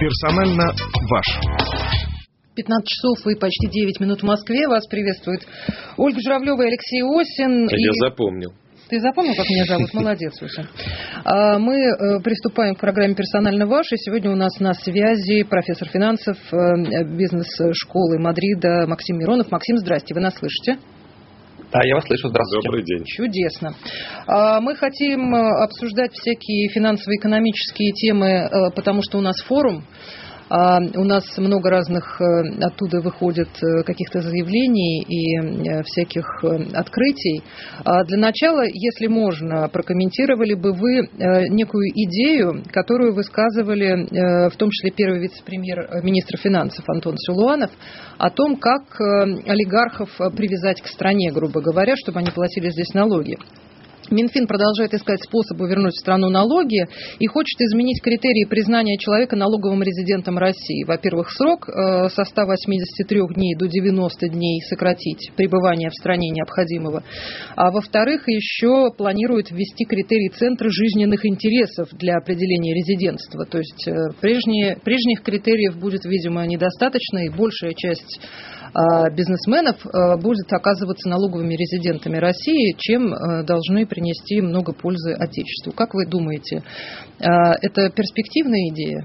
Персонально ваш. 15 часов и почти 9 минут в Москве. Вас приветствует Ольга Журавлева и Алексей Осин. Я запомнил. Ты запомнил, как меня зовут? Молодец, Осин. Мы приступаем к программе «Персонально ваш». И сегодня у нас на связи профессор финансов бизнес-школы Мадрида Максим Миронов. Максим, здрасте, вы нас слышите? Да, я вас слышу. Здравствуйте. Добрый день. Чудесно. Мы хотим обсуждать всякие финансово-экономические темы, потому что у нас форум. У нас много разных оттуда выходит каких-то заявлений и всяких открытий. Для начала, если можно, прокомментировали бы вы некую идею, которую высказывали в том числе первый вице-премьер министра финансов Антон Силуанов, о том, как олигархов привязать к стране, грубо говоря, чтобы они платили здесь налоги. Минфин продолжает искать способы вернуть в страну налоги и хочет изменить критерии признания человека налоговым резидентом России. Во-первых, срок со 183 дней до 90 дней сократить пребывание в стране необходимого. А во-вторых, еще планирует ввести критерий центра жизненных интересов для определения резидентства. То есть прежних критериев будет, видимо, недостаточно, и большая часть бизнесменов будет оказываться налоговыми резидентами России, чем должны принести много пользы Отечеству. Как вы думаете, это перспективная идея?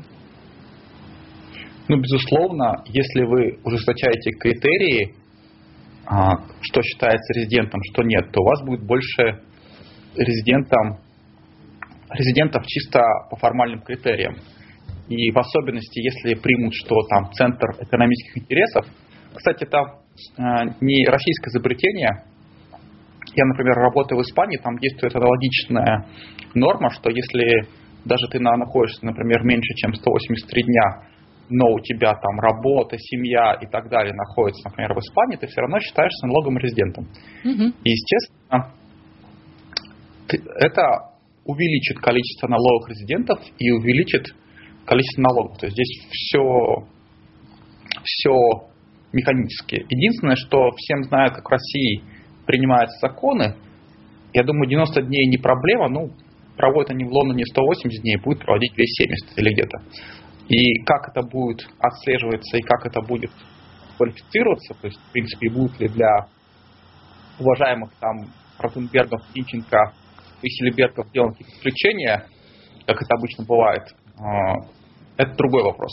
Безусловно, если вы ужесточаете критерии, что считается резидентом, что нет, то у вас будет больше резидентов чисто по формальным критериям. И в особенности, если примут, что там центр экономических интересов. Кстати, это не российское изобретение. Я, например, работаю в Испании, там действует аналогичная норма, что если даже ты находишься, например, меньше, чем 183 дня, но у тебя там работа, семья и так далее находится, например, в Испании, ты все равно считаешься налоговым резидентом. И, естественно, это увеличит количество налоговых резидентов и увеличит количество налогов. То есть здесь все механически. Единственное, что всем знают, как в России принимаются законы, я думаю, 90 дней не проблема, проводят они в Лондоне 180 дней, будут проводить 270 или где-то. И как это будет отслеживаться и как это будет квалифицироваться, то есть, в принципе, будут ли для уважаемых там Ротенбергов, Тинченко и Селибертов сделаны какие-то исключения, как это обычно бывает, это другой вопрос.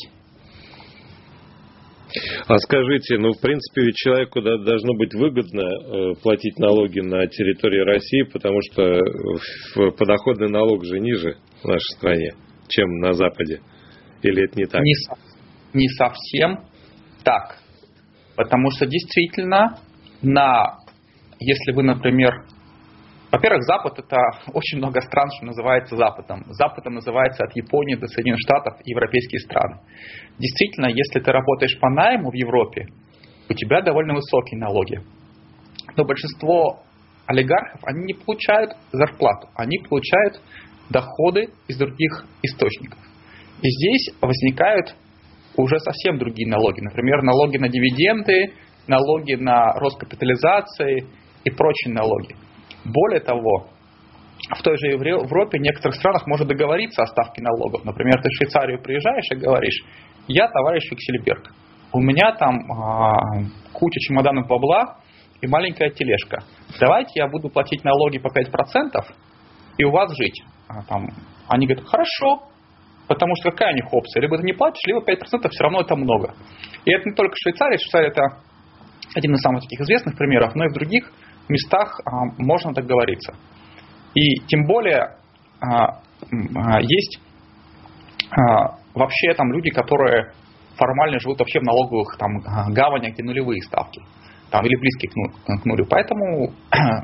А скажите, в принципе, ведь человеку должно быть выгодно платить налоги на территории России, потому что подоходный налог же ниже в нашей стране, чем на Западе. Или это не так? Не совсем так. Потому что действительно, если вы, например, во-первых, Запад — это очень много стран, что называется Западом. Западом называется от Японии до Соединенных Штатов и европейские страны. Действительно, если ты работаешь по найму в Европе, у тебя довольно высокие налоги. Но большинство олигархов, они не получают зарплату, они получают доходы из других источников. И здесь возникают уже совсем другие налоги. Например, налоги на дивиденды, налоги на рост капитализации и прочие налоги. Более того, в той же Европе, в некоторых странах можно договориться о ставке налогов. Например, ты в Швейцарию приезжаешь и говоришь: я товарищ Виксельберг, у меня там куча чемоданов бабла и маленькая тележка. Давайте я буду платить налоги по 5% и у вас жить. Они говорят: хорошо, потому что какая у них опция? Либо ты не платишь, либо 5% все равно это много. И это не только Швейцария. Швейцария — это один из самых таких известных примеров, но и в других местах можно договориться. И тем более есть вообще там люди, которые формально живут вообще в налоговых гаванях, где нулевые ставки, или близкие к нулю. Поэтому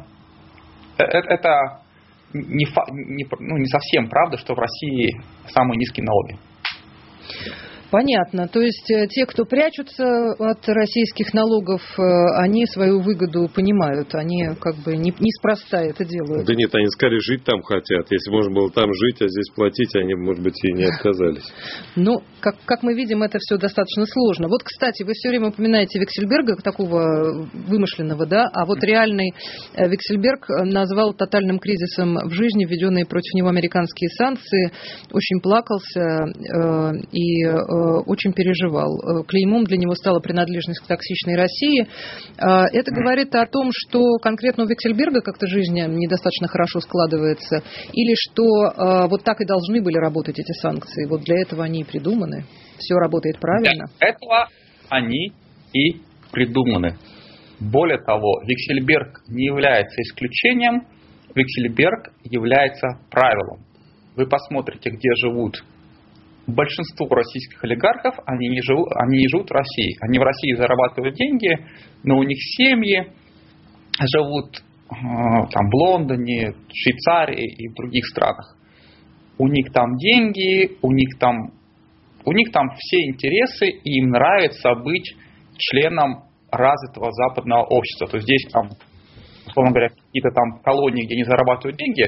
это не совсем правда, что в России самые низкие налоги. Понятно. То есть те, кто прячутся от российских налогов, они свою выгоду понимают. Они неспроста это делают. Да нет, они скорее жить там хотят. Если можно было там жить, а здесь платить, они, может быть, и не отказались. Как мы видим, это все достаточно сложно. Вот, кстати, вы все время упоминаете Виксельберга, такого вымышленного, да? А вот реальный Виксельберг назвал тотальным кризисом в жизни введенные против него американские санкции. Очень плакался и очень переживал. Клеймом для него стала принадлежность к токсичной России. Это говорит о том, что конкретно у Виксельберга как-то жизнь недостаточно хорошо складывается, или что вот так и должны были работать эти санкции. Вот для этого они и придуманы. Все работает правильно. Для этого они и придуманы. Более того, Виксельберг не является исключением, Виксельберг является правилом. Вы посмотрите, где живут большинство российских олигархов, они не живут в России. Они в России зарабатывают деньги, но у них семьи живут там, в Лондоне, Швейцарии и в других странах. У них там деньги, у них там все интересы, и им нравится быть членом развитого западного общества. То есть здесь, там, условно говоря, какие-то там колонии, где они зарабатывают деньги,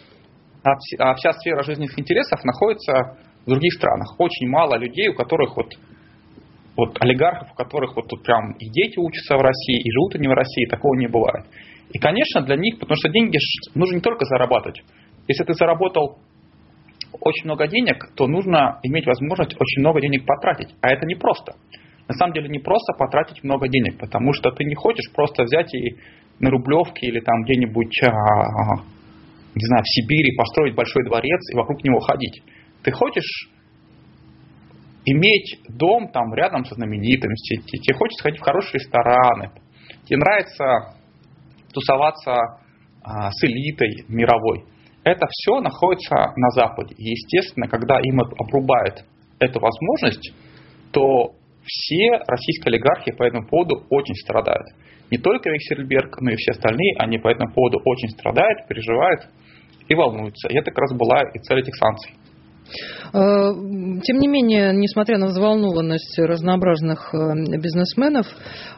а вся сфера жизненных интересов находится в других странах. Очень мало людей, у которых вот олигархов, у которых вот тут прям и дети учатся в России, и живут они в России, такого не бывает. И, конечно, для них, потому что деньги нужно не только зарабатывать. Если ты заработал очень много денег, то нужно иметь возможность очень много денег потратить. А это непросто. На самом деле не просто потратить много денег, потому что ты не хочешь просто взять и на Рублевке или там где-нибудь, не знаю, в Сибири построить большой дворец и вокруг него ходить. Ты хочешь иметь дом там рядом со знаменитостями, тебе хочется ходить в хорошие рестораны, тебе нравится тусоваться с элитой мировой. Это все находится на Западе. И, естественно, когда им обрубают эту возможность, то все российские олигархи по этому поводу очень страдают. Не только Виксельберг, но и все остальные, они по этому поводу очень страдают, переживают и волнуются. И это как раз была и цель этих санкций. Тем не менее, несмотря на взволнованность разнообразных бизнесменов,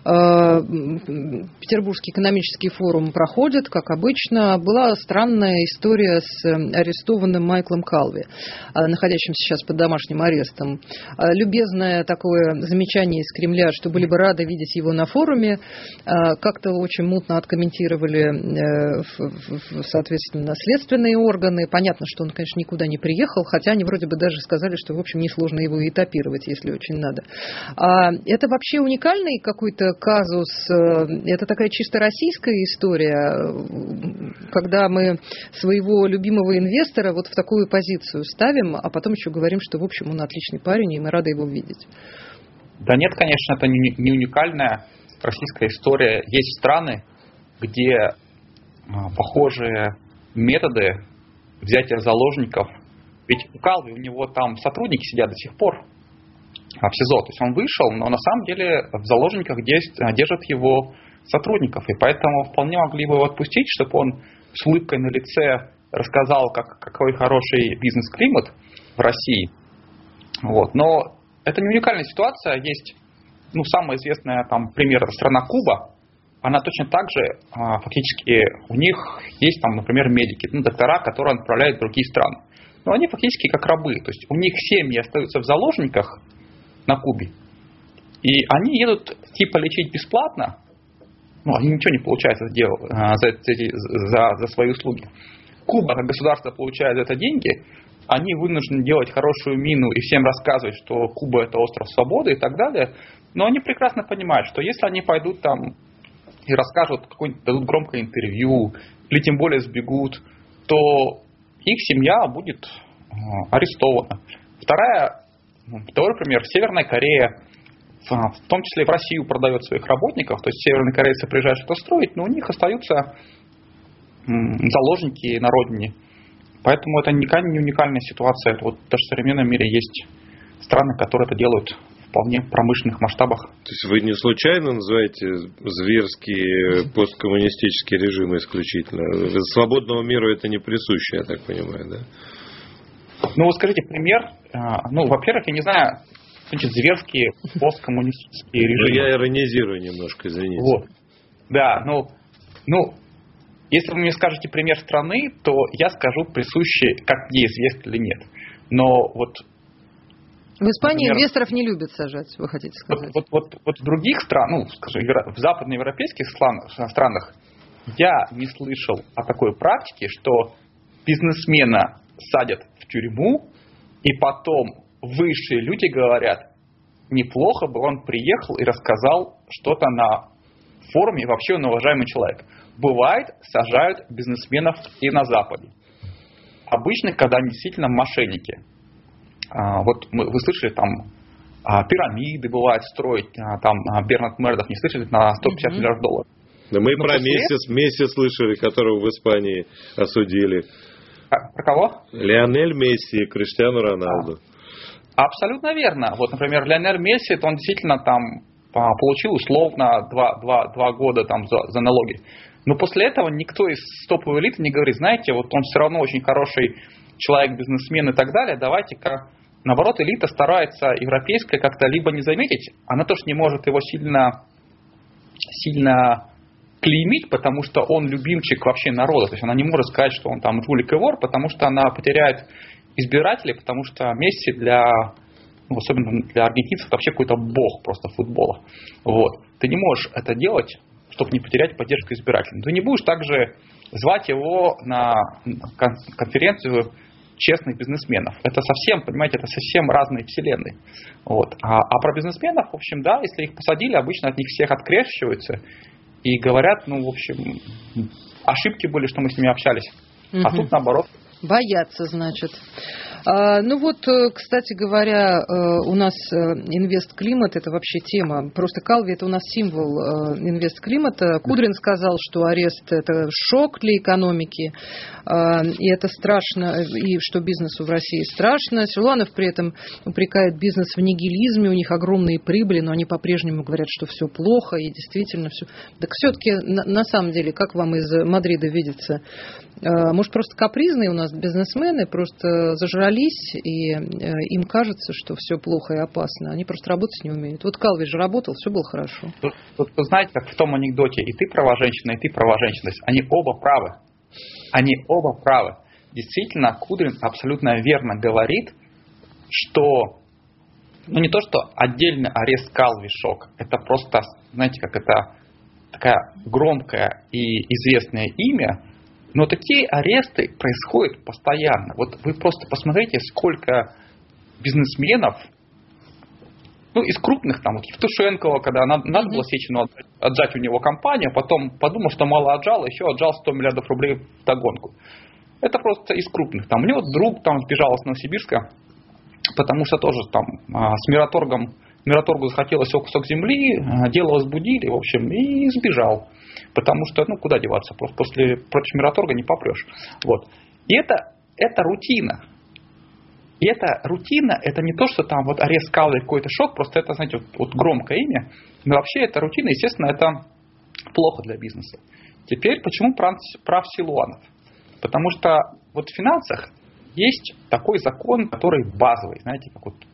Петербургский экономический форум проходит, как обычно. Была странная история с арестованным Майклом Калви, находящимся сейчас под домашним арестом. Любезное такое замечание из Кремля, что были бы рады видеть его на форуме, как-то очень мутно откомментировали, соответственно, следственные органы. Понятно, что он, конечно, никуда не приехал, хотя они вроде бы даже сказали, что, в общем, несложно его и этапировать, если очень надо. Это вообще уникальный какой-то казус? Это такая чисто российская история, когда мы своего любимого инвестора вот в такую позицию ставим, а потом еще говорим, что, в общем, он отличный парень, и мы рады его видеть? Да нет, конечно, это не уникальная российская история. Есть страны, где похожие методы взятия заложников. Ведь у Калви, у него там сотрудники сидят до сих пор в СИЗО. То есть он вышел, но на самом деле в заложниках держат его сотрудников. И поэтому вполне могли бы его отпустить, чтобы он с улыбкой на лице рассказал, какой хороший бизнес-климат в России. Вот. Но это не уникальная ситуация. Есть самая известная там, пример – страна Куба. Она точно так же, фактически, у них есть там, например, медики, доктора, которые отправляют в другие страны. Но они фактически как рабы. То есть у них семьи остаются в заложниках на Кубе. И они едут типа лечить бесплатно. Они ничего не получают за свои услуги. Куба, как государство, получает за это деньги. Они вынуждены делать хорошую мину и всем рассказывать, что Куба – это остров свободы и так далее. Но они прекрасно понимают, что если они пойдут там и расскажут, дадут громкое интервью, или тем более сбегут, то их семья будет арестована. Второй пример. Северная Корея, в том числе и в Россию, продает своих работников. То есть северные корейцы приезжают что-то строить, но у них остаются заложники на родине. Поэтому это никакая не уникальная ситуация. Вот даже в современном мире есть страны, которые это делают в вполне промышленных масштабах. То есть вы не случайно называете зверские посткоммунистические режимы исключительно? Свободному миру это не присуще, я так понимаю, да? Вот скажите пример. Во-первых, я не знаю, значит, зверские посткоммунистические режимы. Я иронизирую немножко, извините. Вот. Да, если вы мне скажете пример страны, то я скажу, присуще, как ей известно или нет. Но вот... В Испании инвесторов не любят сажать, вы хотите сказать? Вот в других странах, в западноевропейских странах я не слышал о такой практике, что бизнесмена садят в тюрьму и потом высшие люди говорят, неплохо бы он приехал и рассказал что-то на форуме, и вообще он уважаемый человек. Бывает, сажают бизнесменов и на Западе. Обычно, когда они действительно мошенники. Вот вы слышали, там пирамиды бывает строить, там Бернард Мердов, не слышали, на 150 миллиардов долларов. Да мы про Месси слышали, которого в Испании осудили. Про кого? Лионель Месси и Криштиану Роналду. Абсолютно верно. Вот, например, Лионель Месси, он действительно там получил условно 2 года там за налоги. Но после этого никто из топовой элиты не говорит, знаете, вот он все равно очень хороший человек, бизнесмен и так далее, давайте-ка, наоборот, элита старается европейская как-то либо не заметить, она тоже не может его сильно клеймить, потому что он любимчик вообще народа. То есть она не может сказать, что он там жулик и вор, потому что она потеряет избирателей, потому что Месси особенно для аргентинцев, вообще какой-то бог просто футбола. Вот. Ты не можешь это делать, чтобы не потерять поддержку избирателей. Ты не будешь также звать его на конференцию честных бизнесменов. Это совсем, понимаете, это совсем разные вселенные. Вот. А про бизнесменов, в общем, да, если их посадили, обычно от них всех открещиваются и говорят, в общем, ошибки были, что мы с ними общались. А тут наоборот. Боятся, значит. Кстати говоря, у нас инвестклимат, это вообще тема. Просто Калви — это у нас символ инвестклимата. Кудрин сказал, что арест — это шок для экономики, и это страшно, и что бизнесу в России страшно. Силуанов при этом упрекает бизнес в нигилизме, у них огромные прибыли, но они по-прежнему говорят, что все плохо, и действительно все. Так все-таки, на самом деле, как вам из Мадрида видится? Может, просто капризные у нас бизнесмены, просто зажрались, и им кажется, что все плохо и опасно. Они просто работать не умеют. Вот Калви же работал, все было хорошо. Тут знаете, как в том анекдоте, и ты права женщина, и ты права женщина. Они оба правы. Они оба правы. Действительно, Кудрин абсолютно верно говорит, что, не то, что отдельный арест Калви шок, это просто, знаете, как это такая громкое и известное имя, но такие аресты происходят постоянно. Вот вы просто посмотрите, сколько бизнесменов, из крупных, там, Евтушенкова, когда надо было Сечину отжать у него компанию, потом подумал, что мало отжал, еще отжал 100 миллиардов рублей в догонку. Это просто из крупных. Там, у него друг там сбежал с Новосибирска, потому что тоже там с Мираторгу захотелось кусок земли, дело возбудили, в общем, и сбежал. Потому что, куда деваться, просто против Мираторга не попрешь. Вот. И это рутина. И эта рутина, это не то, что там вот арест Калви какой-то шок, просто это, знаете, вот громкое имя. Но вообще эта рутина, естественно, это плохо для бизнеса. Теперь, почему прав Силуанов? Потому что вот в финансах есть такой закон, который базовый, знаете,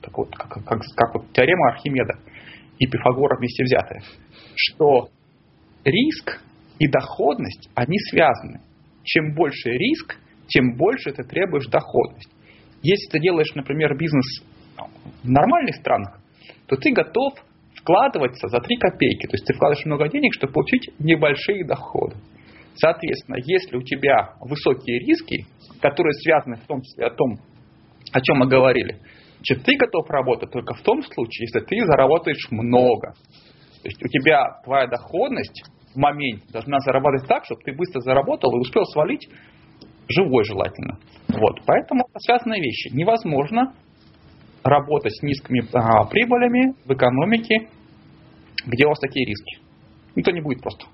как теорема Архимеда и Пифагора вместе взятые, что риск и доходность, они связаны. Чем больше риск, тем больше ты требуешь доходность. Если ты делаешь, например, бизнес в нормальных странах, то ты готов вкладываться за 3 копейки. То есть ты вкладываешь много денег, чтобы получить небольшие доходы. Соответственно, если у тебя высокие риски, которые связаны в том числе о чем мы говорили, ты готов работать только в том случае, если ты заработаешь много. То есть у тебя твоя доходность в моменте должна зарабатывать так, чтобы ты быстро заработал и успел свалить живой желательно. Вот. Поэтому это связанные вещи. Невозможно работать с низкими прибылями в экономике, где у вас такие риски. Это не будет просто.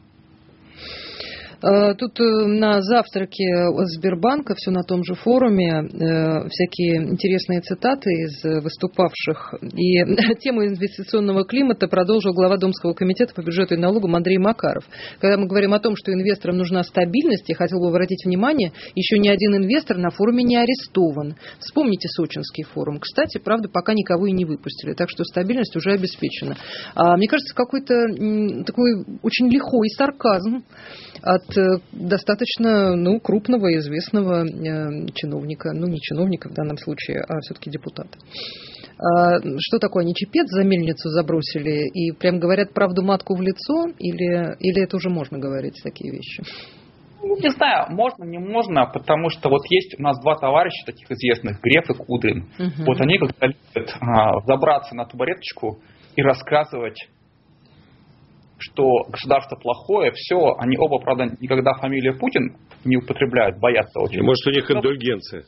Тут на завтраке Сбербанка, все на том же форуме, всякие интересные цитаты из выступавших. И тему инвестиционного климата продолжил глава Домского комитета по бюджету и налогам Андрей Макаров. Когда мы говорим о том, что инвесторам нужна стабильность, я хотел бы обратить внимание, еще ни один инвестор на форуме не арестован. Вспомните сочинский форум. Кстати, правда, пока никого и не выпустили, так что стабильность уже обеспечена. Мне кажется, какой-то такой очень лихой сарказм от достаточно крупного и известного чиновника, не чиновника в данном случае, а все-таки депутата. Что такое, они чепец за мельницу забросили и прям говорят правду матку в лицо, или это уже можно говорить, такие вещи? Не знаю, можно, не можно, потому что вот есть у нас два товарища таких известных, Греф и Кудрин. Вот они как-то любят забраться на табуреточку и рассказывать, что государство плохое, все. Они оба, правда, никогда фамилию Путин не употребляют, боятся очень. Может, у них индульгенция?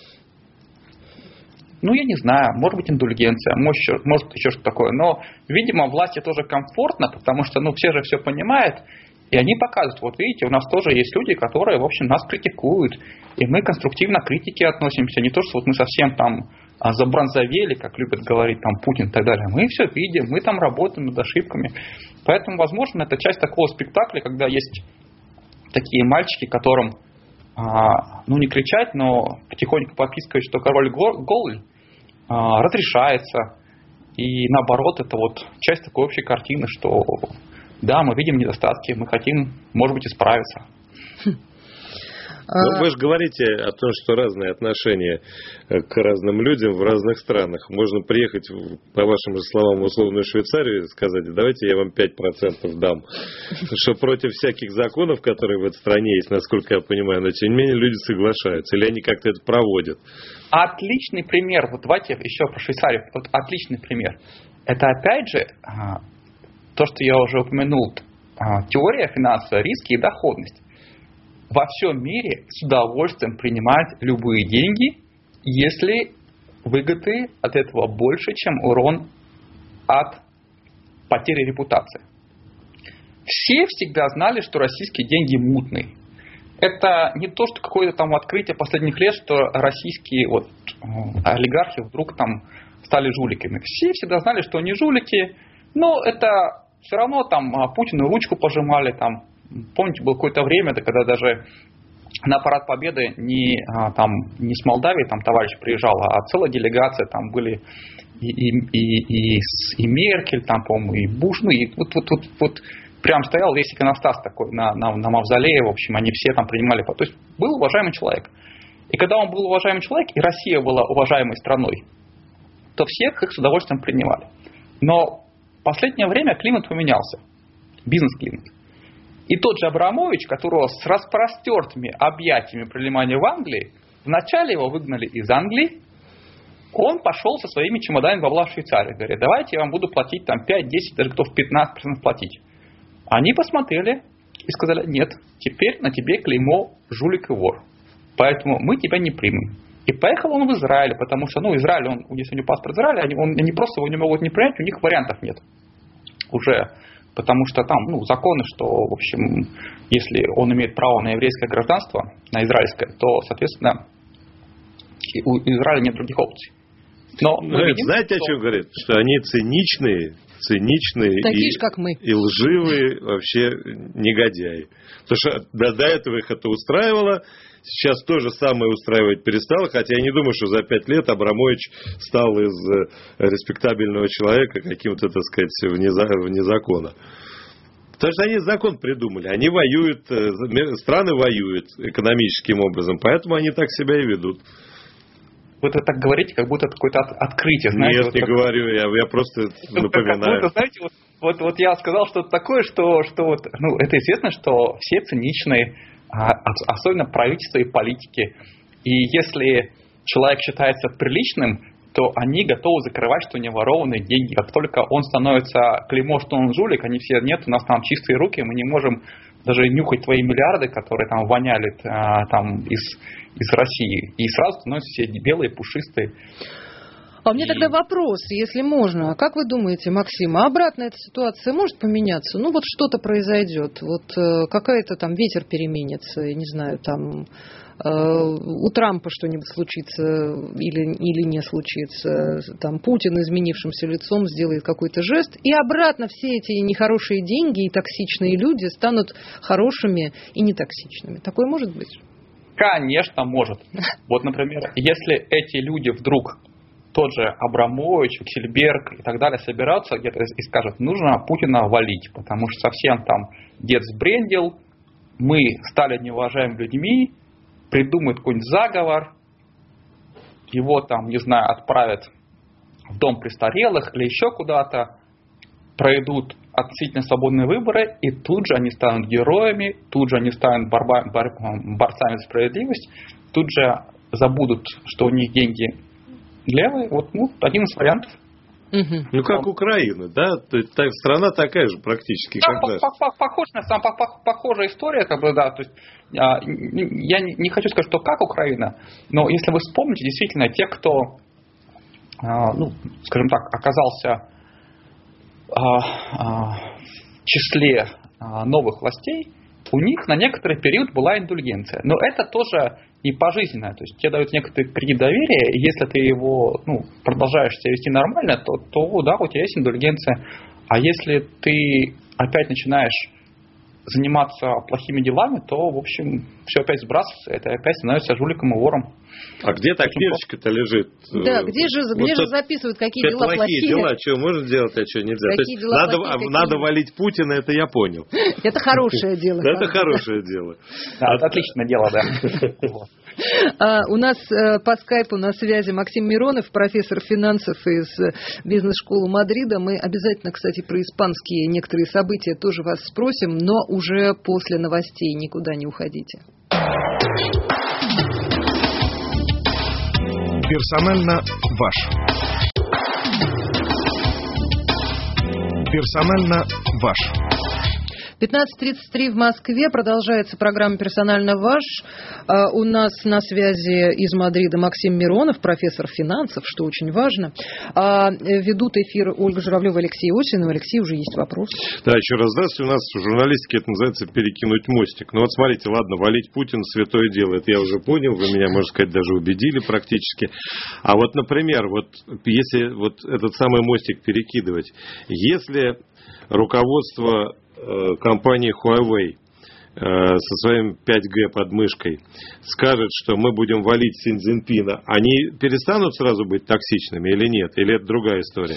Ну, я не знаю, может быть, индульгенция, может еще что-то такое. Но, видимо, власти тоже комфортно, потому что, все же все понимают, и они показывают, вот видите, у нас тоже есть люди, которые, в общем, нас критикуют, и мы конструктивно к критике относимся. Не то, что вот мы совсем там забронзовели, как любят говорить там Путин и так далее. Мы все видим, мы там работаем над ошибками. Поэтому, возможно, это часть такого спектакля, когда есть такие мальчики, которым, не кричать, но потихоньку попискивать, что король голый, разрешается. И наоборот, это вот часть такой общей картины, что да, мы видим недостатки, мы хотим, может быть, исправиться. Вы же говорите о том, что разные отношения к разным людям в разных странах. Можно приехать, по вашим же словам, в условную Швейцарию и сказать, давайте я вам 5% дам. Что против всяких законов, которые в этой стране есть, насколько я понимаю, но тем не менее люди соглашаются. Или они как-то это проводят. Отличный пример. Вот давайте еще про Швейцарию. Вот отличный пример. Это опять же то, что я уже упомянул. Теория финансовой риски и доходность. Во всем мире с удовольствием принимают любые деньги, если выгоды от этого больше, чем урон от потери репутации. Все всегда знали, что российские деньги мутные. Это не то, что какое-то там открытие последних лет, что российские олигархи вдруг там стали жуликами. Все всегда знали, что они жулики, но это все равно там Путину ручку пожимали там. Помните, было какое-то время, когда даже на парад Победы не с Молдавии там товарищ приезжал, а целая делегация, там были и Меркель, там, по-моему, и Буш, и вот прям стоял весь иконостас такой на мавзолее, в общем, они все там принимали. То есть был уважаемый человек. И когда он был уважаемый человек, и Россия была уважаемой страной, то всех их с удовольствием принимали. Но в последнее время климат поменялся, бизнес-климат. И тот же Абрамович, которого с распростертыми объятиями принимали в Англии, вначале его выгнали из Англии, он пошел со своими чемоданами бабла в Швейцарию. Говорит, давайте я вам буду платить там 5, 10, даже готов 15% платить. Они посмотрели и сказали, нет, теперь на тебе клеймо жулик и вор. Поэтому мы тебя не примем. И поехал он в Израиль, потому что, Израиль, если у него паспорт Израиля, они просто его не могут не принять, у них вариантов нет уже. Потому что там законы, что, в общем, если он имеет право на еврейское гражданство, на израильское, то, соответственно, у Израиля нет других опций. Но знаете, о чем говорят? Что они циничные такие же, как мы. И лживые вообще негодяи. Потому что до этого их это устраивало. Сейчас то же самое устраивать перестало, хотя я не думаю, что за 5 лет Абрамович стал из респектабельного человека каким-то, так сказать, вне закона. Потому что они закон придумали, они воюют, страны воюют экономическим образом, поэтому они так себя и ведут. Вы это так говорите, как будто это какое-то открытие. Знаете, нет, не говорю, я просто напоминаю. Будто, знаете, вот я сказал что-то такое, что это известно, что все циничные, особенно правительство и политики. И если человек считается приличным, то они готовы закрывать, что у него ворованные деньги. Как только он становится клеймо, что он жулик, они все, нет, у нас там чистые руки, мы не можем даже нюхать твои миллиарды, которые там воняли там из России. И сразу становятся все белые, пушистые. А у меня тогда вопрос, если можно. Как вы думаете, Максим, а обратно эта ситуация может поменяться? Вот что-то произойдет. Какая-то там ветер переменится, я не знаю, там у Трампа что-нибудь случится или не случится. Там Путин изменившимся лицом сделает какой-то жест. И обратно все эти нехорошие деньги и токсичные люди станут хорошими и нетоксичными. Такое может быть? Конечно, может. Вот, например, если эти люди вдруг, тот же Абрамович, Аксельберг и так далее, собираются где-то и скажут, нужно Путина валить, потому что совсем там дед сбрендил, мы стали неуважаемыми людьми, придумают какой-нибудь заговор, его там, не знаю, отправят в дом престарелых или еще куда-то, проведут относительно свободные выборы, и тут же они станут героями, тут же они станут борцами за справедливость, тут же забудут, что у них деньги левые. Вот, один из вариантов. Ну, как Украина, да? То есть, страна такая же практически, да, как наша. Похожая история, да. То есть, я не хочу сказать, что как Украина, но если вы вспомните, действительно, те, кто, скажем так, оказался в числе новых властей, у них на некоторый период была индульгенция. Но это тоже не пожизненное. То есть тебе дают некоторый кредит доверия, и если ты его продолжаешь себя вести нормально, то да, у тебя есть индульгенция. А если ты опять начинаешь заниматься плохими делами, то, в общем, все опять сбрасывается, это опять становится жуликом и вором. А где так книжечка-то лежит? Да, где же записывают, какие дела плохие? Плохие дела, что можно делать, а что нельзя? То есть надо валить Путина, это я понял. Это хорошее дело. Это хорошее дело. Да, это отличное дело, да. У нас по скайпу на связи Максим Миронов, профессор финансов из бизнес-школы Мадрида. Мы обязательно, кстати, про испанские некоторые события тоже вас спросим, но уже после новостей. Никуда не уходите. Персонально ваш. Персонально ваш. 15:33 в Москве. Продолжается программа «Персонально ваш». У нас на связи из Мадрида Максим Миронов, профессор финансов, что очень важно. Ведут эфир Ольга Журавлева, Алексей Осинов. Алексей, уже есть вопрос. Да, еще раз здравствуйте. У нас в журналистике это называется перекинуть мостик. Ну вот смотрите, ладно, валить Путина — святое дело. Это я уже понял. Вы меня, можно сказать, даже убедили практически. А вот, например, если этот самый мостик перекидывать, если руководство компании Huawei со своим 5G под мышкой скажет, что мы будем валить Си Цзиньпина, они перестанут сразу быть токсичными или нет? Или это другая история?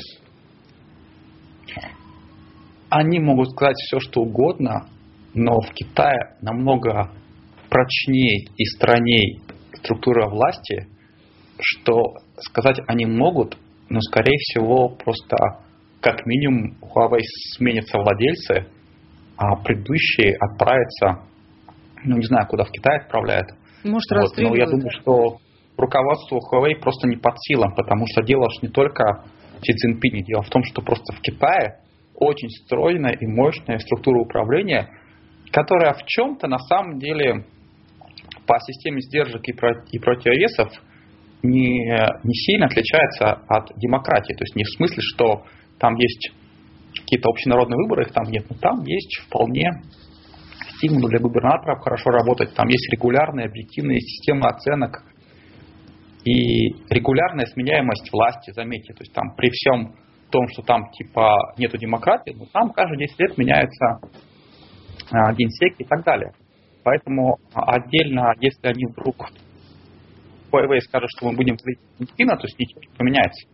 Они могут сказать все, что угодно, но в Китае намного прочнее и стройней структура власти, что сказать они могут, но, скорее всего, просто как минимум у Huawei сменятся владельцы, а предыдущие отправятся, не знаю, куда в Китай отправляют. Может, но я думаю, что руководству Huawei просто не под силам, потому что дело же не только в Си Цзиньпине, дело в том, что просто в Китае очень стройная и мощная структура управления, которая в чем-то на самом деле по системе сдержек и противовесов не сильно отличается от демократии. То есть не в смысле, что там есть какие-то общенародные выборы, их там нет, но там есть вполне стимул для губернаторов хорошо работать. Там есть регулярная объективная система оценок и регулярная сменяемость власти, заметьте. То есть там при всем том, что там типа нету демократии, но там каждые 10 лет меняется генсек и так далее. Поэтому отдельно, если они вдруг Huawei скажут, что мы будем говорить Путина, то есть ничего не поменяется.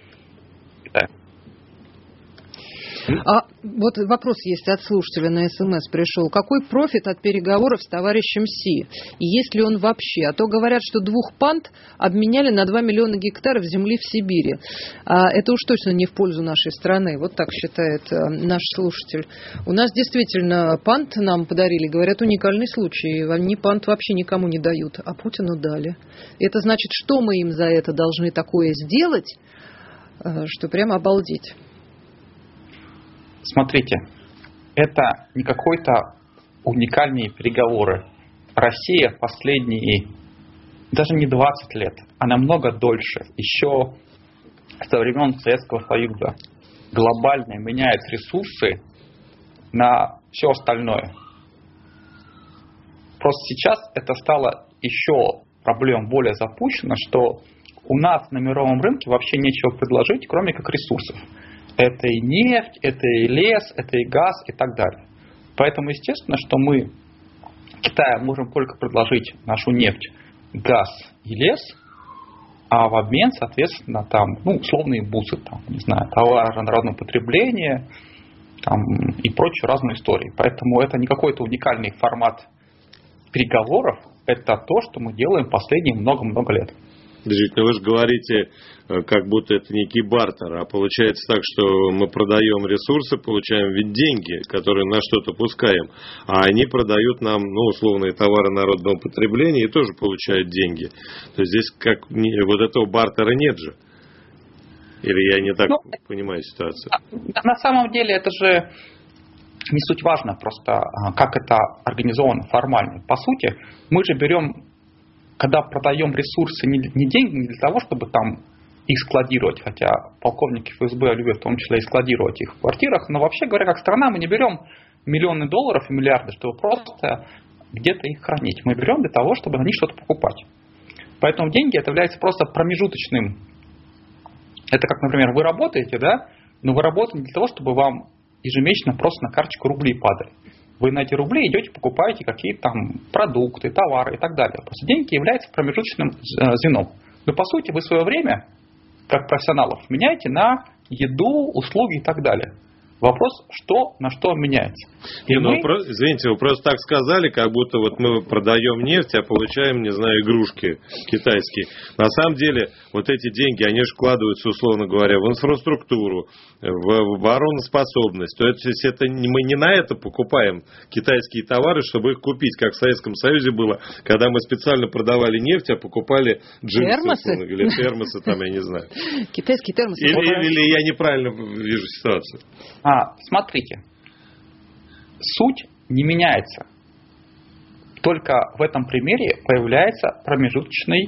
Вот вопрос есть от слушателя, на СМС пришел. Какой профит от переговоров с товарищем Си? И есть ли он вообще? А то говорят, что 2 панд обменяли на 2 миллиона гектаров земли в Сибири. Это уж точно не в пользу нашей страны. Вот так считает наш слушатель. У нас действительно панд нам подарили. Говорят, уникальный случай. Они панд вообще никому не дают, а Путину дали. Это значит, что мы им за это должны такое сделать, что прямо обалдеть. Смотрите, это не какой-то уникальные переговоры. Россия последние, даже не 20 лет, а намного дольше, еще со времен Советского Союза, глобально меняет ресурсы на все остальное. Просто сейчас это стало еще проблем более запущено, что у нас на мировом рынке вообще нечего предложить, кроме как ресурсов. Это и нефть, это и лес, это и газ и так далее. Поэтому, естественно, что мы Китаю можем только предложить нашу нефть, газ и лес, а в обмен, соответственно, там, условные бусы, не знаю, товары народного потребления и прочие разные истории. Поэтому это не какой-то уникальный формат переговоров, это то, что мы делаем последние много-много лет. Действительно, вы же говорите, как будто это некий бартер, а получается так, что мы продаем ресурсы, получаем ведь деньги, которые на что-то пускаем, а они продают нам, условные товары народного потребления и тоже получают деньги. То есть здесь вот этого бартера нет же. Или я не так понимаю ситуацию? На самом деле это же не суть важно, просто как это организовано формально. По сути, мы же берем, когда продаем ресурсы, не деньги не для того, чтобы там их складировать, хотя полковники ФСБ любят в том числе и складировать их в квартирах, но вообще говоря, как страна, мы не берем миллионы долларов и миллиарды, чтобы просто где-то их хранить. Мы берем для того, чтобы на них что-то покупать. Поэтому деньги это является просто промежуточным. Это как, например, вы работаете, да, но вы работаете не для того, чтобы вам ежемесячно просто на карточку рубли падали. Вы на эти рубли идете, покупаете какие-то там продукты, товары и так далее. Просто деньги являются промежуточным звеном. Но по сути вы свое время, как профессионалов, меняете на еду, услуги и так далее. Вопрос, что на что меняется. Извините, вы просто так сказали, как будто вот мы продаем нефть, а получаем, не знаю, игрушки китайские. На самом деле, вот эти деньги, они же вкладываются, условно говоря, в инфраструктуру, в обороноспособность. То есть мы не на это покупаем китайские товары, чтобы их купить, как в Советском Союзе было, когда мы специально продавали нефть, а покупали джинсы, или термосы, там, я не знаю. Китайские термосы. Или я неправильно вижу ситуацию. Смотрите, суть не меняется. Только в этом примере появляется промежуточный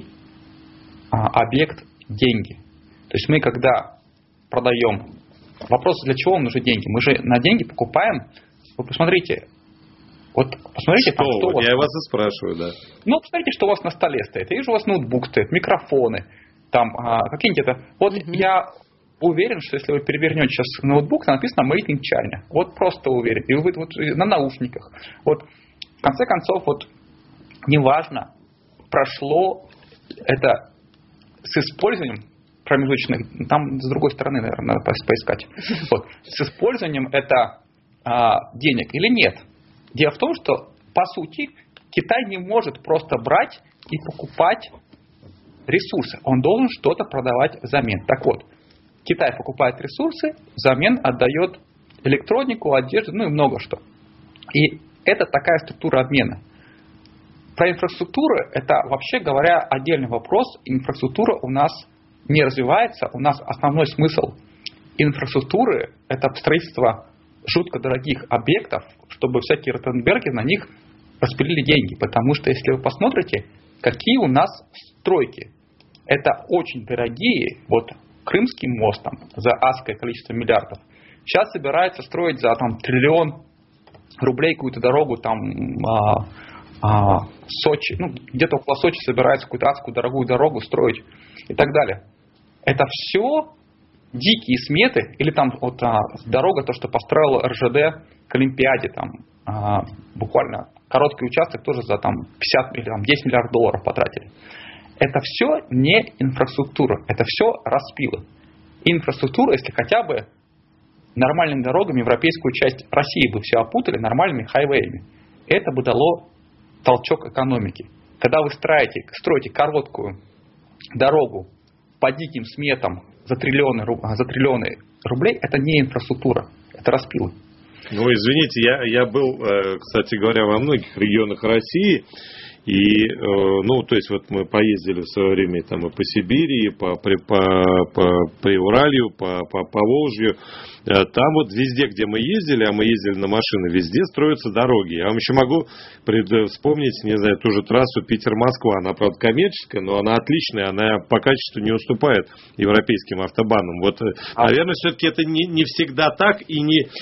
объект деньги. То есть мы когда продаем, вопрос, для чего вам нужны деньги? Мы же на деньги покупаем. Вы посмотрите, посмотрите, что у вас. Я вас и спрашиваю, да. Посмотрите, что у вас на столе стоит. Я вижу, у вас ноутбук стоит, микрофоны, там какие-нибудь это. Я уверен, что если вы перевернете сейчас ноутбук, там написано Made in China. Просто уверен. И вы на наушниках. В конце концов, неважно, прошло это с использованием промежуточных, там с другой стороны, наверное, надо поискать. С использованием это денег или нет. Дело в том, что по сути Китай не может просто брать и покупать ресурсы. Он должен что-то продавать взамен. Так вот, Китай покупает ресурсы, взамен отдает электронику, одежду, и много что. И это такая структура обмена. Про инфраструктуру это, вообще говоря, отдельный вопрос. Инфраструктура у нас не развивается. У нас основной смысл инфраструктуры – это строительство жутко дорогих объектов, чтобы всякие Ротенберги на них распилили деньги. Потому что если вы посмотрите, какие у нас стройки, это очень дорогие, Крымский мост за адское количество миллиардов. Сейчас собирается строить за триллион рублей какую-то дорогу Сочи, где-то около Сочи собирается какую-то адскую дорогую дорогу строить и так далее. Это все дикие сметы, или дорога, то, что построил РЖД к Олимпиаде, буквально короткий участок тоже за 50 или 10 миллиардов долларов потратили. Это все не инфраструктура, это все распилы. Инфраструктура, если хотя бы нормальными дорогами европейскую часть России бы все опутали, нормальными хайвеями, это бы дало толчок экономики. Когда вы строите короткую дорогу по диким сметам за триллионы рублей, это не инфраструктура, это распилы. Извините, я был, кстати говоря, во многих регионах России. И, то есть, мы поездили в свое время и по Сибири, и по Приуралью, по Поволжью. Там везде, где мы ездили, а мы ездили на машины, везде строятся дороги. Я вам еще могу вспомнить, не знаю, ту же трассу Питер-Москва. Она, правда, коммерческая, но она отличная, она по качеству не уступает европейским автобанам. Наверное, все-таки это не всегда так и не 100%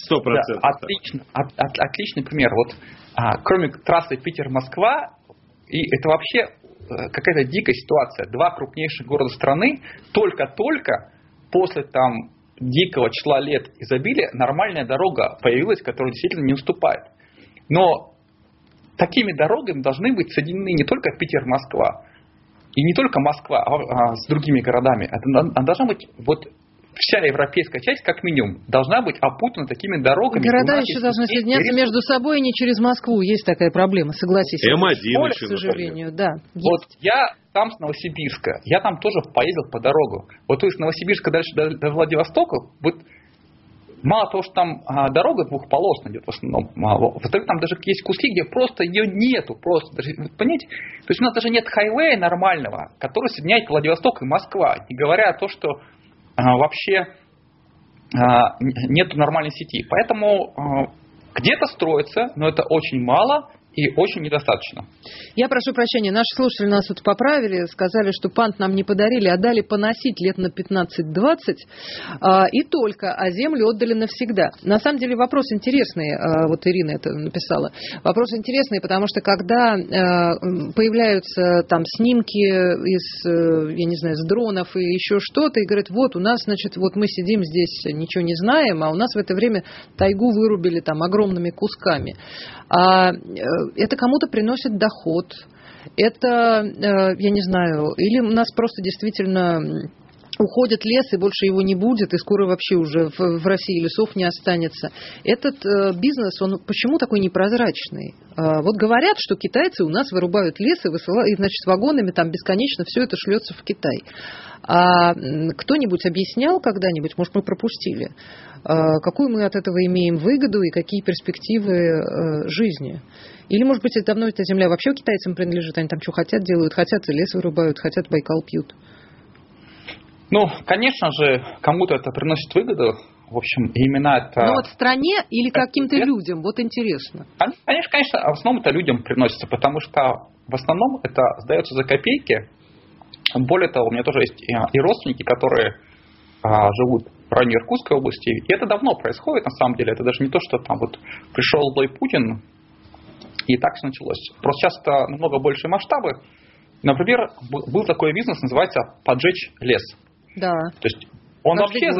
так. Отличный пример. Кроме трассы Питер-Москва, и это вообще какая-то дикая ситуация. Два крупнейших города страны только-только после дикого числа лет изобилия нормальная дорога появилась, которая действительно не уступает. Но такими дорогами должны быть соединены не только Питер-Москва, и не только Москва, а с другими городами. Она должна быть вся европейская часть, как минимум, должна быть опутана такими дорогами. Города еще должны соединяться между собой, и не через Москву. Есть такая проблема, согласись. М1 к сожалению, да. Вот я там с Новосибирска, я там тоже поездил по дорогу. Вот то есть с Новосибирска дальше до Владивостока, вот мало того, что там дорога двухполосная идет в основном, во-вторых, там даже есть куски, где просто ее нету. Просто, даже, понимаете? То есть у нас даже нет хайвея нормального, который соединяет Владивосток и Москва. Не говоря о том, что вообще нет нормальной сети. Поэтому где-то строится, но это очень мало и очень недостаточно. Я прошу прощения, наши слушатели нас вот поправили, сказали, что пант нам не подарили, а дали поносить лет на 15-20, и только, а землю отдали навсегда. На самом деле вопрос интересный, вот Ирина это написала, вопрос интересный, потому что когда появляются там снимки из, я не знаю, с дронов и еще что-то, и говорят, вот у нас, значит, вот мы сидим здесь, ничего не знаем, а у нас в это время тайгу вырубили там огромными кусками. Это кому-то приносит доход, это, я не знаю, или у нас просто действительно уходит лес, и больше его не будет, и скоро вообще уже в России лесов не останется. Этот бизнес, он почему такой непрозрачный? Вот говорят, что китайцы у нас вырубают лес и высылают, и, значит, вагонами там бесконечно все это шлется в Китай. А кто-нибудь объяснял когда-нибудь, может, мы пропустили, какую мы от этого имеем выгоду и какие перспективы жизни? Или, может быть, давно эта земля вообще китайцам принадлежит, они там что хотят делают, хотят и лес вырубают, хотят Байкал пьют? Ну, конечно же, кому-то это приносит выгоду. В общем, именно это... Ну, вот стране или каким-то людям? Вот интересно. Конечно, в основном это людям приносится, потому что в основном это сдается за копейки. Более того, у меня тоже есть и родственники, которые живут в районе Иркутской области. И это давно происходит, на самом деле. Это даже не то, что там вот пришел злой Путин, и так все началось. Просто сейчас это намного большие масштабы. Например, был такой бизнес, называется «поджечь лес». Да. То есть он вообще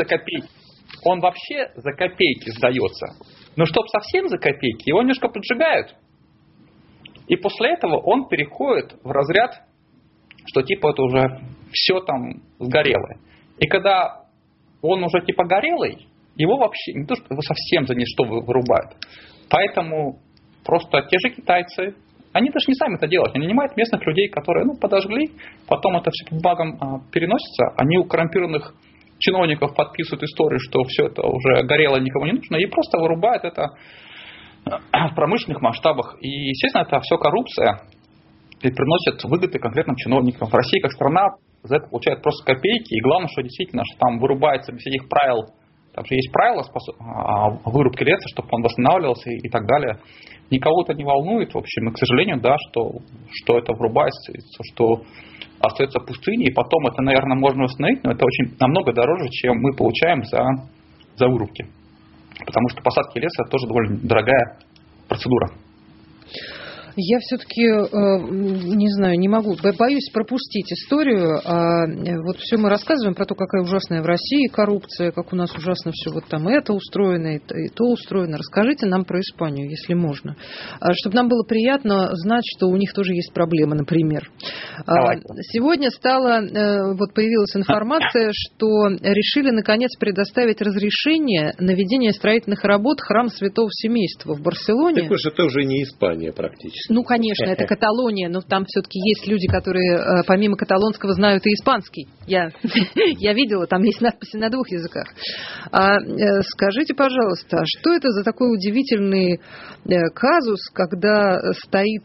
за копейки сдается. Но чтобы совсем за копейки, его немножко поджигают. И после этого он переходит в разряд, что типа это уже все там сгорелое. И когда он уже типа горелый, его вообще не то, что его совсем за ничто вырубают. Поэтому просто те же китайцы, они даже не сами это делают. Они нанимают местных людей, которые подожгли, потом это все к бумагам переносится. Они у коррумпированных чиновников подписывают историю, что все это уже горело, никому не нужно, и просто вырубают это в промышленных масштабах. И, естественно, это все коррупция и приносит выгоды конкретным чиновникам. В России как страна за это получает просто копейки. И главное, что действительно, что там вырубается без всяких правил. Там же есть правила вырубки леса, чтобы он восстанавливался и так далее. Никого это не волнует, в общем, и, к сожалению, да, что это врубается, что остается пустыней, и потом это, наверное, можно восстановить, но это очень намного дороже, чем мы получаем за вырубки. Потому что посадки леса тоже довольно дорогая процедура. Я все-таки, не знаю, не могу, боюсь пропустить историю. Вот все мы рассказываем про то, какая ужасная в России коррупция, как у нас ужасно все вот там это устроено, и то устроено. Расскажите нам про Испанию, если можно. Чтобы нам было приятно знать, что у них тоже есть проблемы, например. Давай. Сегодня появилась информация, что решили, наконец, предоставить разрешение на ведение строительных работ храм Святого Семейства в Барселоне. Так уж это уже не Испания практически. Ну, конечно, это Каталония, но там все-таки есть люди, которые помимо каталонского знают и испанский. Я видела, там есть надписи на двух языках. Скажите, пожалуйста, а что это за такой удивительный казус, когда стоит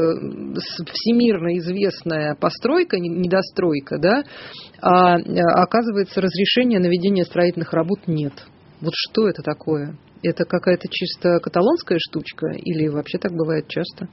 всемирно известная постройка, недостройка, да, а оказывается, разрешения на ведение строительных работ нет? Вот что это такое? Это какая-то чисто каталонская штучка или вообще так бывает часто?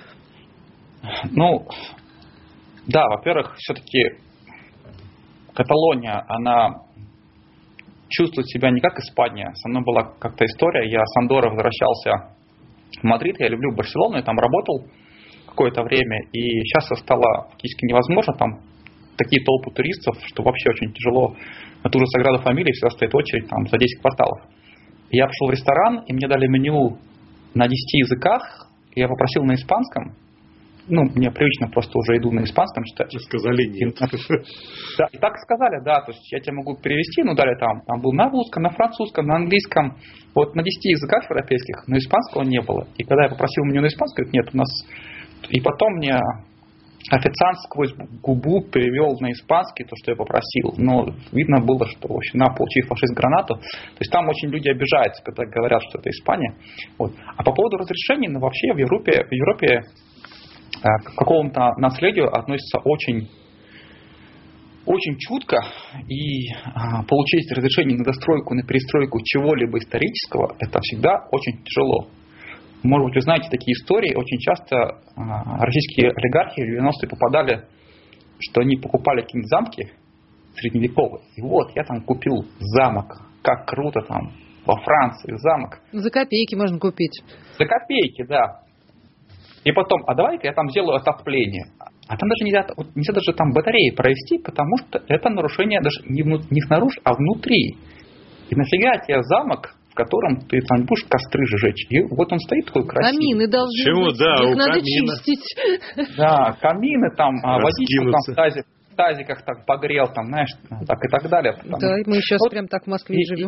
Ну, да, во-первых, все-таки Каталония, она чувствует себя не как Испания. Со мной была как-то история, я с Андорры возвращался в Мадрид, я люблю Барселону, я там работал какое-то время, и сейчас стало фактически невозможно, там такие толпы туристов, что вообще очень тяжело. На ту же Саграду Фамилию всегда стоит очередь там за 10 кварталов. Я пришел в ресторан, и мне дали меню на 10 языках. Я попросил на испанском. мне привычно просто уже иду на испанском читать. Сказали нет. Да, и так сказали, да, то есть я тебе могу перевести, далее там был на русском, на французском, на английском, вот на 10 языках европейских, но испанского не было. И когда я попросил меню на испанском, говорит, нет, у нас... И потом мне официант сквозь губу перевел на испанский то, что я попросил. Но видно было, что, в общем, получив фашист гранату. То есть там очень люди обижаются, когда говорят, что это Испания. Вот. А по поводу разрешений, вообще в Европе к какому-то наследию относятся очень, очень чутко. И получить разрешение на достройку, на перестройку чего-либо исторического, это всегда очень тяжело. Может быть, вы знаете такие истории. Очень часто российские олигархи в 90-е попадали, что они покупали какие-нибудь замки средневековые. И вот, я там купил замок. Как круто там во Франции замок. За копейки можно купить. За копейки, да. И потом, а давай-ка я там сделаю отопление. А там даже нельзя даже там батареи провести, потому что это нарушение даже не снаружи, а внутри. И нафига тебе замок, в котором ты там будешь костры жечь. И вот он стоит такой красивый. Камины должны быть. Да, их надо чистить. Да, камины там, водичку там в тазиках так погрел, там, знаешь, так и так далее. Да, мы сейчас прям так в Москве живем.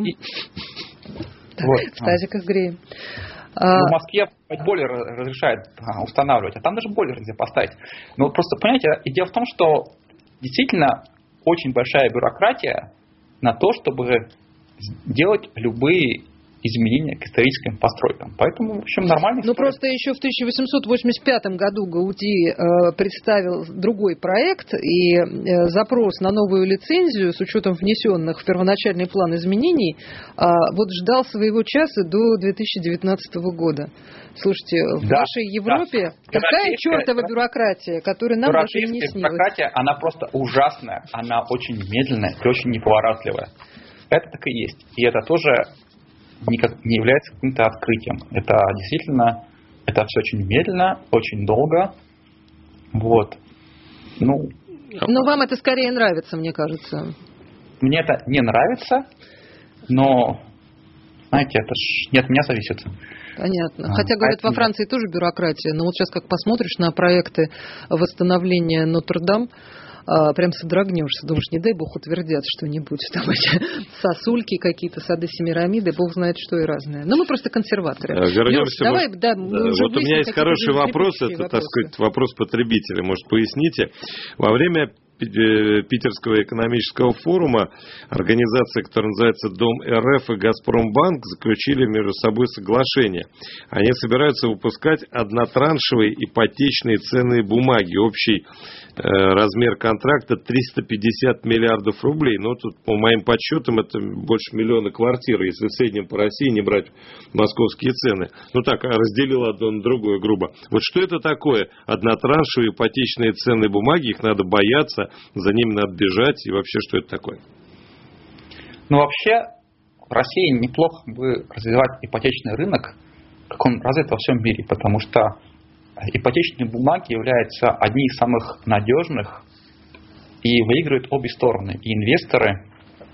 В тазиках греем. В Москве бойлер разрешает устанавливать, а там даже бойлер нельзя поставить. Но просто, понимаете, идея в том, что действительно очень большая бюрократия на то, чтобы делать любые изменения к историческим постройкам. Поэтому, в общем, нормально. Просто еще в 1885 году Гауди представил другой проект, и запрос на новую лицензию с учетом внесенных в первоначальный план изменений ждал своего часа до 2019 года. Слушайте, в нашей Европе какая чертова бюрократия, которая нам даже и не снилась. Бюрократия, она просто ужасная, она очень медленная и очень неповоротливая. Это так и есть. И это тоже никак не является каким-то открытием. Это действительно, это все очень медленно, очень долго. Вот. Но вам это скорее нравится, мне кажется. Мне это не нравится, но, знаете, это ж не от меня зависит. Понятно. Хотя, говорят, во Франции тоже бюрократия. Но вот сейчас, как посмотришь на проекты восстановления Нотр-Дам, прям содрогнешься. Думаешь, не дай бог утвердят что-нибудь. Там эти сосульки какие-то, сады Семирамиды, бог знает что и разное. Но мы просто консерваторы. Вернемся. Леш, давай, вот у меня есть хороший вопрос. Это, так сказать, вопрос потребителя. Может, поясните. Во время Питерского экономического форума организация, которая называется Дом РФ и Газпромбанк, заключили между собой соглашение. Они собираются выпускать однотраншевые ипотечные ценные бумаги. Общий размер контракта 350 миллиардов рублей. Но тут, по моим подсчетам, это больше миллиона квартир, если в среднем по России не брать московские цены. Разделил одно на другое грубо. Вот что это такое? Однотраншевые ипотечные ценные бумаги, их надо бояться, за ними надо бежать, и вообще что это такое? Вообще в России неплохо бы развивать ипотечный рынок, как он развит во всем мире, потому что ипотечные бумаги являются одним из самых надежных и выигрывают обе стороны, и инвесторы,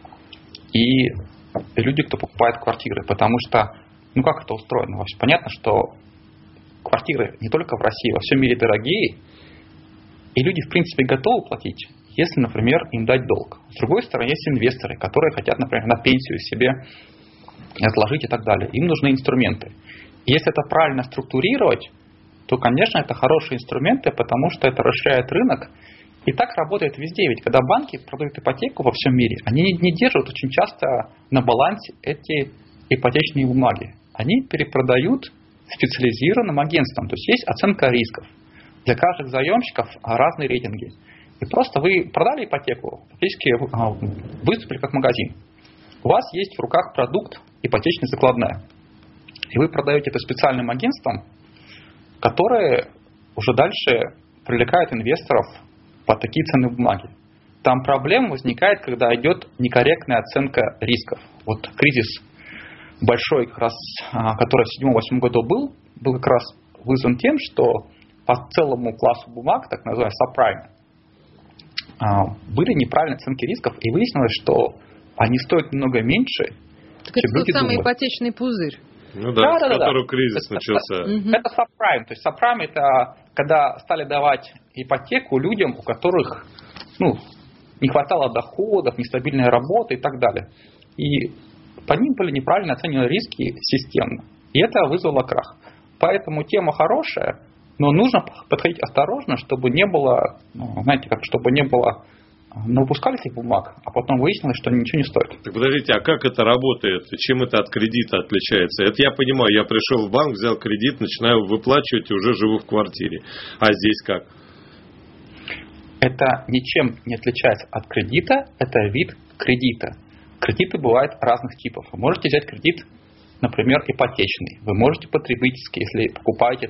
и люди, кто покупает квартиры, потому что, как это устроено? Вообще понятно, что квартиры не только в России, во всем мире дорогие, и люди, в принципе, готовы платить, если, например, им дать долг. С другой стороны, есть инвесторы, которые хотят, например, на пенсию себе отложить и так далее. Им нужны инструменты. И если это правильно структурировать, то, конечно, это хорошие инструменты, потому что это расширяет рынок. И так работает везде. Ведь когда банки продают ипотеку во всем мире, они не держат очень часто на балансе эти ипотечные бумаги. Они перепродают специализированным агентствам. То есть есть оценка рисков. Для каждых заемщиков разные рейтинги. И просто вы продали ипотеку, фактически выступили как магазин. У вас есть в руках продукт ипотечная закладная. И вы продаете это специальным агентствам, которые уже дальше привлекают инвесторов под такие ценные бумаги. Там проблема возникает, когда идет некорректная оценка рисков. Вот кризис большой, как раз, который в 2007-2008 году был как раз вызван тем, что по целому классу бумаг, так называемый subprime, были неправильные оценки рисков, и выяснилось, что они стоят немного меньше, так чем люди думают. Это тот самый ипотечный пузырь. С которого кризис начался. Это subprime. То есть subprime — это когда стали давать ипотеку людям, у которых не хватало доходов, нестабильная работа и так далее. И по ним были неправильно оценены риски системно. И это вызвало крах. Поэтому тема хорошая, но нужно подходить осторожно, чтобы не было, выпускали этих бумаг, а потом выяснилось, что ничего не стоит. Так подождите, а как это работает? Чем это от кредита отличается? Это я понимаю, я пришел в банк, взял кредит, начинаю выплачивать и уже живу в квартире. А здесь как? Это ничем не отличается от кредита, это вид кредита. Кредиты бывают разных типов. Вы можете взять кредит, например, ипотечный. Вы можете потребительский, если покупаете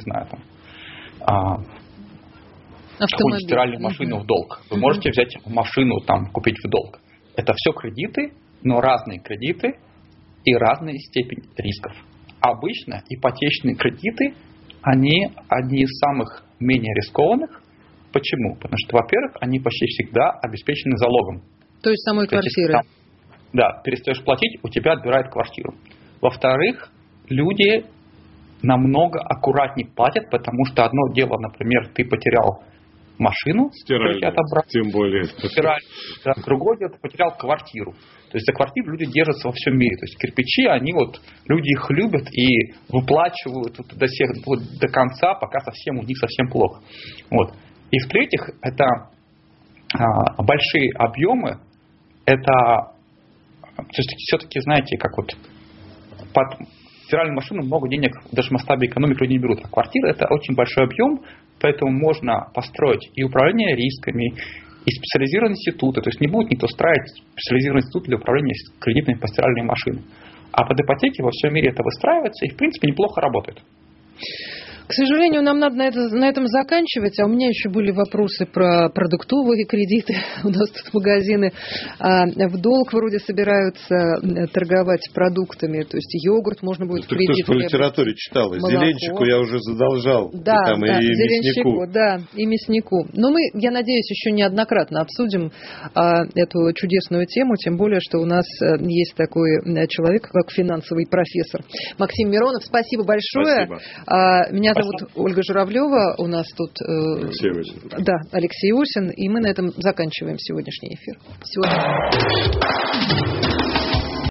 какую-нибудь стиральную машину в долг. Вы можете взять машину, купить в долг. Это все кредиты, но разные кредиты и разная степень рисков. Обычно ипотечные кредиты, они одни из самых менее рискованных. Почему? Потому что, во-первых, они почти всегда обеспечены залогом. То есть самой квартиры. Перестаешь платить, у тебя отбирают квартиру. Во-вторых, люди намного аккуратнее платят, потому что одно дело, например, ты потерял машину, стиральную, тем более. Другое дело, ты потерял квартиру. То есть за квартиру люди держатся во всем мире. То есть кирпичи, люди их любят и выплачивают до конца, пока у них совсем плохо. И в-третьих, это большие объемы, это все-таки, знаете, как под стиральную машину много денег даже в масштабе экономики люди не берут. А квартира – это очень большой объем, поэтому можно построить и управление рисками, и специализированные институты. То есть не будет никто строить специализированный институт для управления кредитами по стиральной машине. А под ипотеки во всем мире это выстраивается и, в принципе, неплохо работает. К сожалению, нам надо на этом заканчивать, а у меня еще были вопросы про продуктовые кредиты. У нас тут магазины в долг вроде собираются торговать продуктами, то есть йогурт можно будет в кредит. Кто в литературе читал? Зеленщику я уже задолжал. И Зеленщику, и мяснику. Но я надеюсь, еще неоднократно обсудим эту чудесную тему, тем более, что у нас есть такой человек, как финансовый профессор. Максим Миронов, спасибо большое. Спасибо. Меня зовут Ольга Журавлева, у нас тут Алексей Усин. Алексей Усин, и мы на этом заканчиваем сегодняшний эфир. Всего доброго.